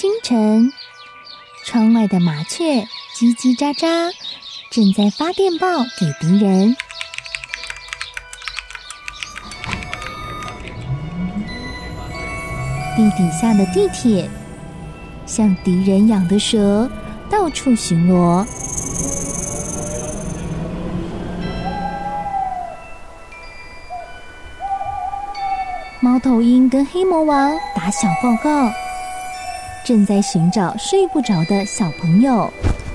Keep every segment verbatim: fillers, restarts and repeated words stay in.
清晨，窗外的麻雀叽叽喳喳，正在发电报给敌人。地底下的地铁，像敌人养的蛇，到处巡逻。猫头鹰跟黑魔王打小报告，正在寻找睡不着的小朋友。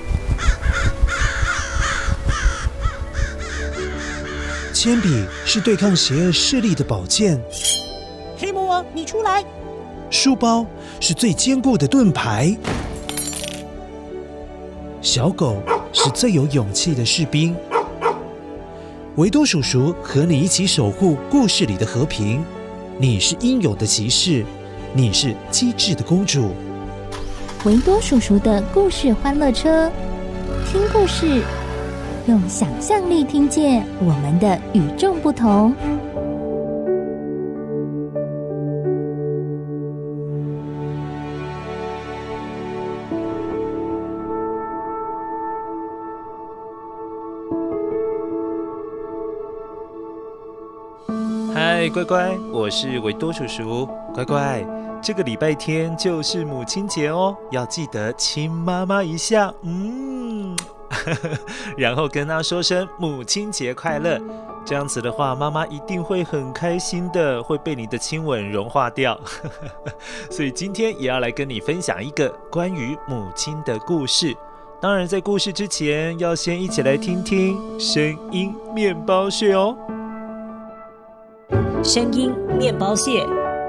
铅笔是对抗邪恶势力的宝剑， 黑魔王，你出来！ 书包是最坚固的盾牌，小狗是最有勇气的士兵。维多叔叔和你一起守护故事里的和平。你是英勇的骑士，你是机智的公主。 维多叔叔的故事欢乐车，听故事，用想象力听见我们的与众不同。 嗨，乖乖，我是维多叔叔。乖乖，这个礼拜天就是母亲节哦，要记得亲妈妈一下，嗯，然后跟她说声母亲节快乐。这样子的话，妈妈一定会很开心的，会被你的亲吻融化掉。所以今天也要来跟你分享一个关于母亲的故事。当然，在故事之前，要先一起来听听声音面包屑哦。 声音面包屑。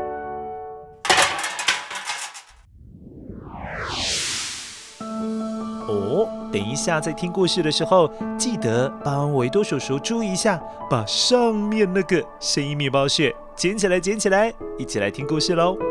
哦，等一下在听故事的时候，记得帮维多叔叔注意一下，把上面那个声音面包屑捡起来，捡起来，一起来听故事咯。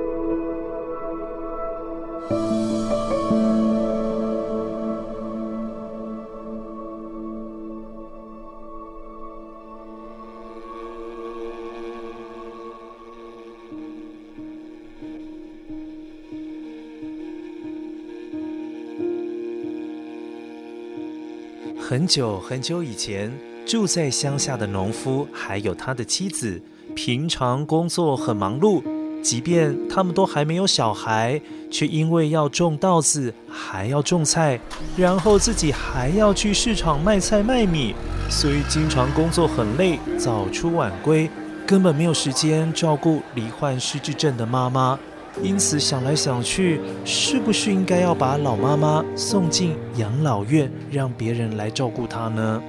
很久很久以前，住在乡下的农夫还有他的妻子，平常工作很忙碌，即便他们都还没有小孩，却因为要种稻子，还要种菜，然后自己还要去市场卖菜卖米，所以经常工作很累，早出晚归，根本没有时间照顾罹患失智症的妈妈。因此想来想去，是不是应该要把老妈妈送进养老院，让别人来照顾她呢？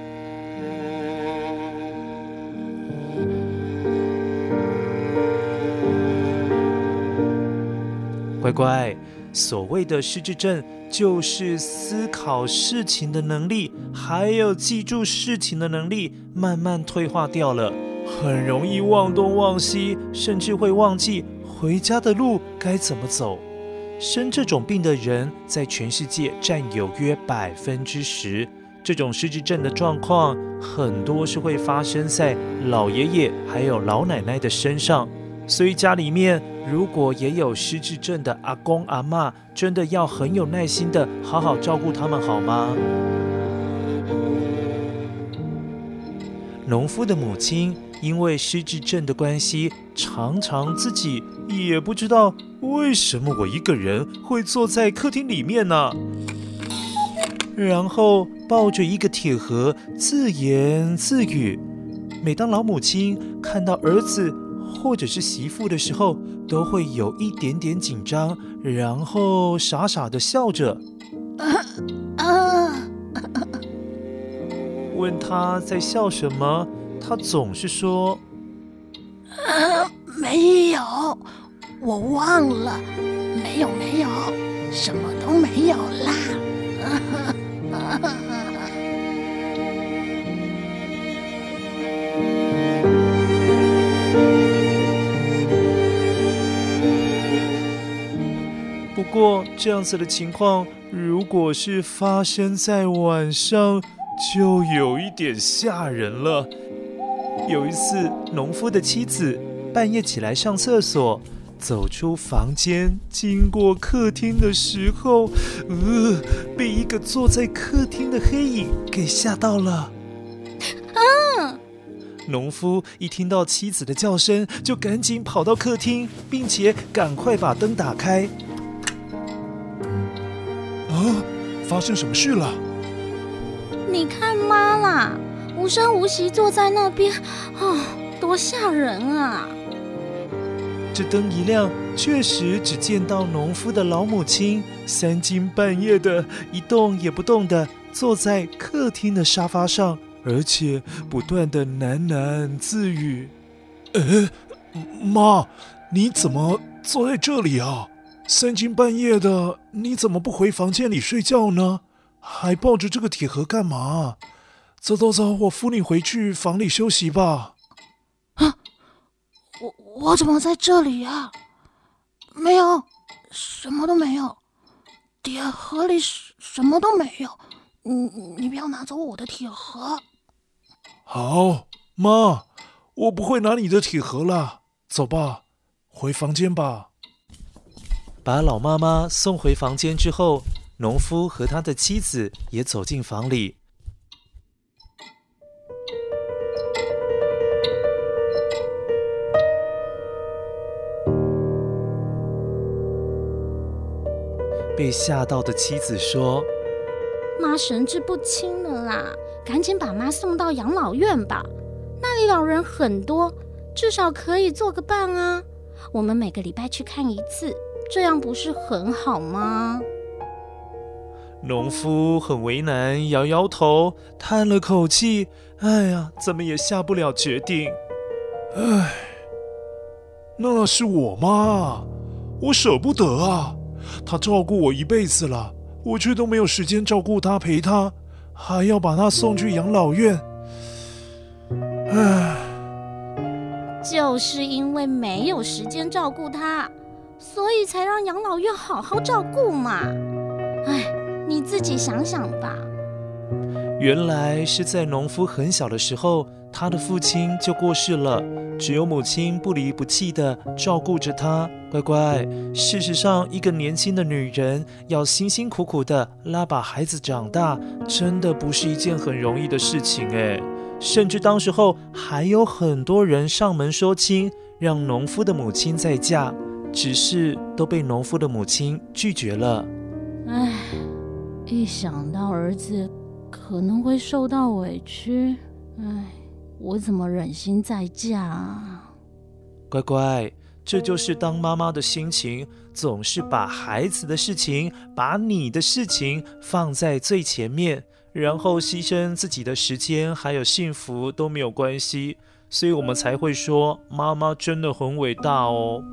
乖乖，所谓的失智症，就是思考事情的能力，还有记住事情的能力，慢慢退化掉了，很容易忘东忘西，甚至会忘记回家的路该怎么走。生这种病的人在全世界占有约百分之十。这种失智症的状况很多是会发生在老爷爷还有老奶奶的身上，所以家里面如果也有失智症的阿公阿嬷，真的要很有耐心的好好照顾他们，好吗？农夫的母亲因为失智症的关系，常常自己也不知道为什么我一个人会坐在客厅里面呢、啊，然后抱着一个铁盒自言自语。每当老母亲看到儿子或者是媳妇的时候，都会有一点点紧张，然后傻傻的笑着。啊啊、问他在笑什么，他总是说啊，没有，我忘了，没有没有，什么都没有啦。 不过这样子的情况，如果是发生在晚上，就有一点吓人了。有一次，农夫的妻子半夜起来上厕所， 走出房间，经过客厅的时候，呃，被一个坐在客厅的黑影给吓到了。 啊！ 农夫一听到妻子的叫声，就赶紧跑到客厅，并且赶快把灯打开。 啊，发生什么事了？ 你看妈啦，无声无息坐在那边，哦，多吓人啊！ 这灯一亮，确实只见到农夫的老母亲三更半夜的一动也不动的坐在客厅的沙发上，而且不断的喃喃自语。 哎，妈，你怎么坐在这里啊？三更半夜的，你怎么不回房间里睡觉呢？还抱着这个铁盒干嘛？走走走，我扶你回去房里休息吧。 啊，我我怎么在这里啊？没有，什么都没有，铁盒里什么都没有。你你不要拿走我的铁盒。 好，妈，我不会拿你的铁盒了。走吧，回房间吧。 把老妈妈送回房间之后，农夫和他的妻子也走进房里。被吓到的妻子说： 妈神志不清了啦，赶紧把妈送到养老院吧，那里老人很多，至少可以做个伴啊。我们每个礼拜去看一次，这样不是很好吗？ 农夫很为难，摇摇头，叹了口气，哎呀，怎么也下不了决定。 哎，那是我妈，我舍不得啊，她照顾我一辈子了，我却都没有时间照顾她陪她，还要把她送去养老院。唉， 就是因为没有时间照顾她，所以才让养老院好好照顾嘛。唉，你自己想想吧。 原来是在农夫很小的时候，他的父亲就过世了，只有母亲不离不弃地照顾着他。乖乖，事实上，一个年轻的女人要辛辛苦苦地拉把孩子长大，真的不是一件很容易的事情哎。甚至当时候还有很多人上门说亲，让农夫的母亲再嫁，只是都被农夫的母亲拒绝了。 唉，一想到儿子可能会受到委屈，唉，我怎么忍心再嫁啊？ 乖乖，这就是当妈妈的心情，总是把孩子的事情，把你的事情放在最前面，然后牺牲自己的时间还有幸福都没有关系，所以我们才会说妈妈真的很伟大哦。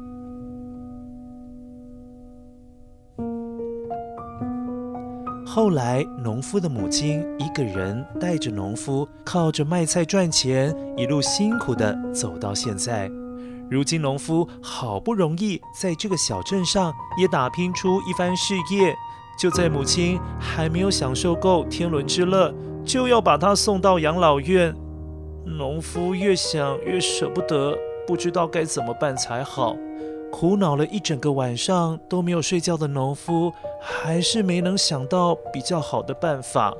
后来，农夫的母亲一个人带着农夫，靠着卖菜赚钱，一路辛苦地走到现在。如今，农夫好不容易在这个小镇上也打拼出一番事业，就在母亲还没有享受够天伦之乐，就要把她送到养老院。农夫越想越舍不得，不知道该怎么办才好。苦恼了一整个晚上都没有睡觉的农夫，还是没能想到比较好的办法。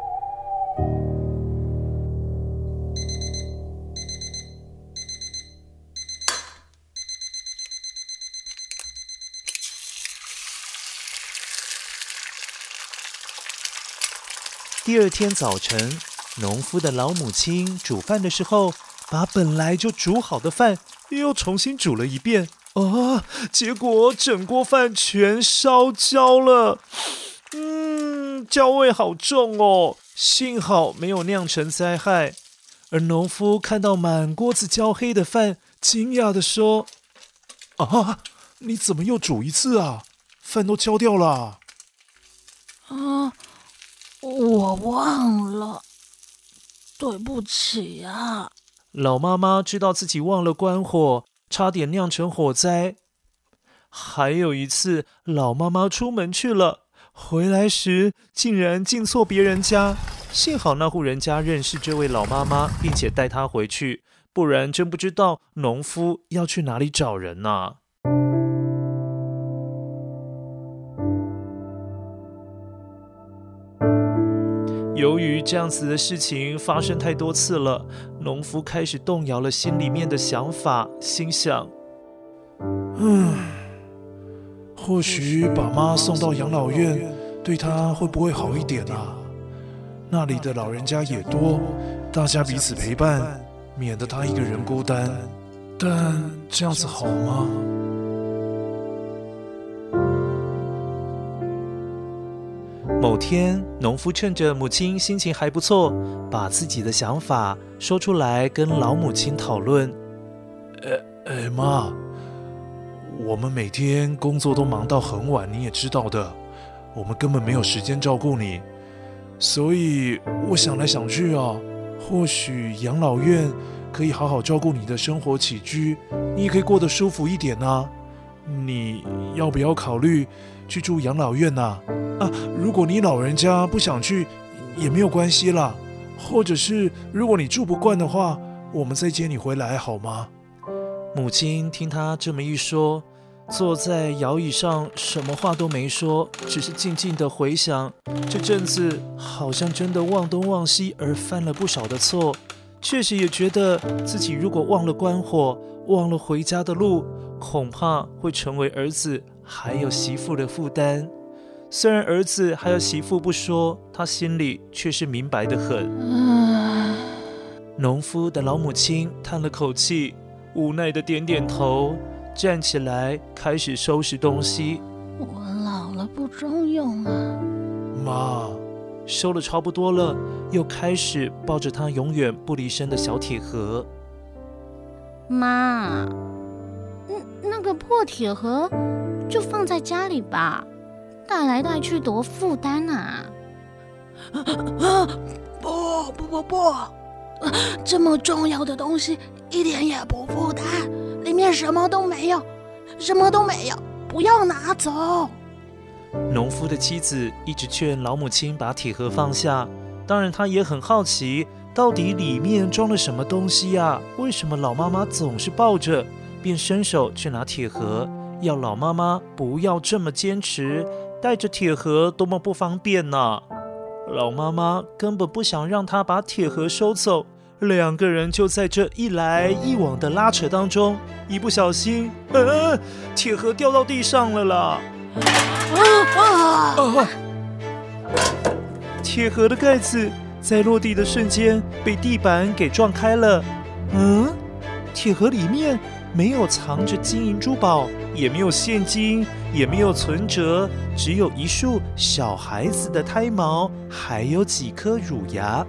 第二天早晨，农夫的老母亲煮饭的时候，把本来就煮好的饭又重新煮了一遍。啊！结果整锅饭全烧焦了，嗯，焦味好重哦。幸好没有酿成灾害。而农夫看到满锅子焦黑的饭，惊讶地说：“ 啊，你怎么又煮一次啊？饭都焦掉了。” 啊，我忘了，对不起啊。 老妈妈知道自己忘了关火，差点酿成火灾。还有一次，老妈妈出门去了，回来时竟然进错别人家。幸好那户人家认识这位老妈妈，并且带她回去，不然真不知道农夫要去哪里找人啊。 由于这样子的事情发生太多次了，农夫开始动摇了心里面的想法，心想： 嗯，或许把妈送到养老院，对她会不会好一点啊？那里的老人家也多，大家彼此陪伴，免得她一个人孤单。但这样子好吗？ 某天，农夫趁着母亲心情还不错，把自己的想法说出来，跟老母亲讨论。 呃呃，妈，我们每天工作都忙到很晚，你也知道的，我们根本没有时间照顾你。所以我想来想去啊，或许养老院可以好好照顾你的生活起居，你也可以过得舒服一点啊。你要不要考虑去住养老院啊？啊，如果你老人家不想去，也没有关系啦。或者是如果你住不惯的话，我们再接你回来好吗？ 母亲听他这么一说，坐在摇椅上，什么话都没说，只是静静地回想，这阵子好像真的忘东忘西，而犯了不少的错。确实也觉得自己如果忘了关火，忘了回家的路，恐怕会成为儿子还有媳妇的负担。虽然儿子还有媳妇不说，他心里却是明白得很。农夫的老母亲叹了口气，无奈的点点头，站起来开始收拾东西。 我老了不中用啊， 妈。 收了差不多了，又开始抱着他永远不离身的小铁盒。 妈，嗯，那个破铁盒就放在家里吧，带来带去多负担啊！ 不不不不，这么重要的东西一点也不负担，里面什么都没有，什么都没有，不要拿走。 农夫的妻子一直劝老母亲把铁盒放下，当然她也很好奇，到底里面装了什么东西啊？为什么老妈妈总是抱着，便伸手去拿铁盒，要老妈妈不要这么坚持，带着铁盒多么不方便啊！老妈妈根本不想让她把铁盒收走，两个人就在这一来一往的拉扯当中，一不小心，呃，铁盒掉到地上了啦！啊！铁盒的盖子在落地的瞬间被地板给撞开了。嗯，铁盒里面没有藏着金银珠宝，也没有现金，也没有存折，只有一束小孩子的胎毛，还有几颗乳牙。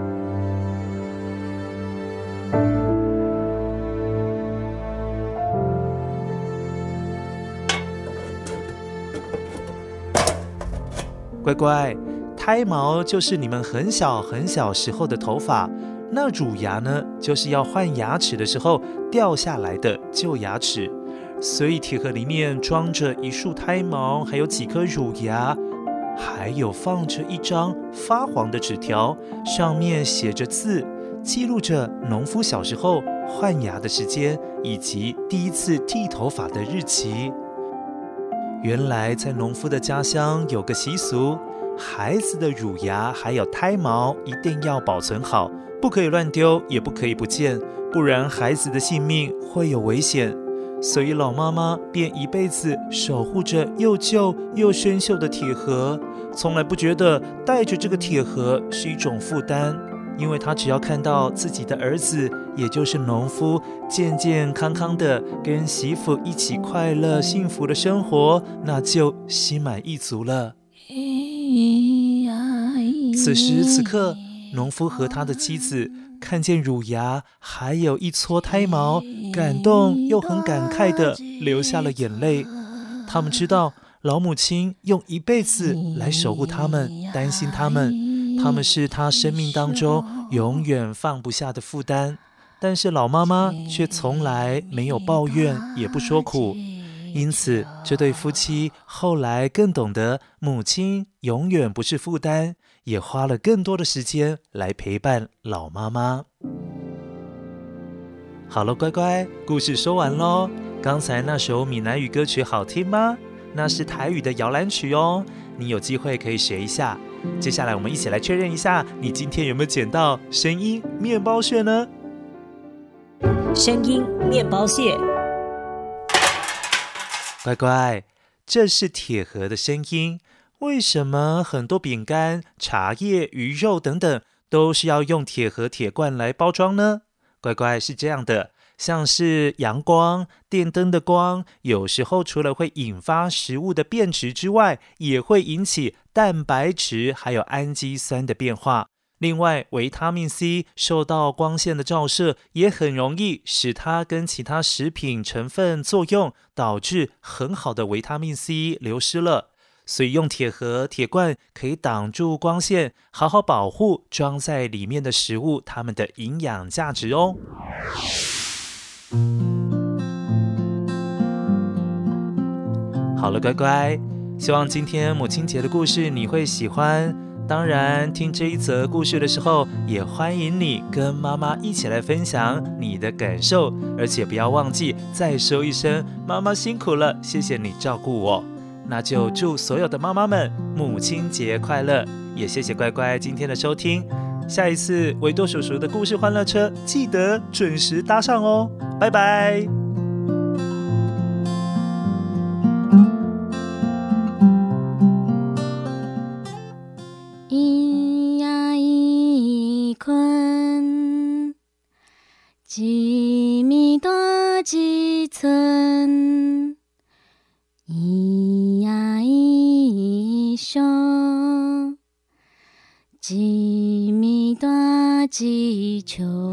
乖乖，胎毛就是你们很小很小时候的头发，那乳牙呢，就是要换牙齿的时候掉下来的旧牙齿。所以铁盒里面装着一束胎毛，还有几颗乳牙，还有放着一张发黄的纸条，上面写着字，记录着农夫小时候换牙的时间，以及第一次剃头发的日期。原来在农夫的家乡有个习俗，孩子的乳牙还有胎毛一定要保存好，不可以乱丢，也不可以不见，不然孩子的性命会有危险。所以老妈妈便一辈子守护着又旧又生锈的铁盒，从来不觉得带着这个铁盒是一种负担，因为她只要看到自己的儿子，也就是农夫，健健康康的跟媳妇一起快乐幸福的生活，那就心满意足了。此时此刻，农夫和他的妻子看见乳牙还有一撮胎毛，感动又很感慨地流下了眼泪。他们知道老母亲用一辈子来守护他们，担心他们，他们是他生命当中永远放不下的负担。但是老妈妈却从来没有抱怨，也不说苦。因此这对夫妻后来更懂得母亲永远不是负担，也花了更多的时间来陪伴老妈妈。好了，乖乖，故事说完咯。刚才那首闽南语歌曲好听吗？那是台语的摇篮曲哦。 你有机会可以学一下。接下来我们一起来确认一下，你今天有没有捡到声音面包屑呢？ 声音面包屑。 乖乖，这是铁盒的声音。为什么很多饼干、茶叶、鱼肉等等都是要用铁盒、铁罐来包装呢？乖乖，是这样的，像是阳光、电灯的光，有时候除了会引发食物的变质之外，也会引起蛋白质还有氨基酸的变化。另外，维他命 C 受到光线的照射，也很容易使它跟其他食品成分作用，导致很好的维他命 C 流失了。所以用铁盒、铁罐可以挡住光线，好好保护装在里面的食物它们的营养价值哦。好了，乖乖，希望今天母亲节的故事你会喜欢。当然，听这一则故事的时候，也欢迎你跟妈妈一起来分享你的感受，而且不要忘记再说一声妈妈辛苦了，谢谢你照顾我。那就祝所有的妈妈们母亲节快乐，也谢谢乖乖今天的收听。下一次维多叔叔的故事欢乐车记得准时搭上哦，拜拜。 咿呀咿困，几米多几寸，咿呀咿熊，几米多几秋。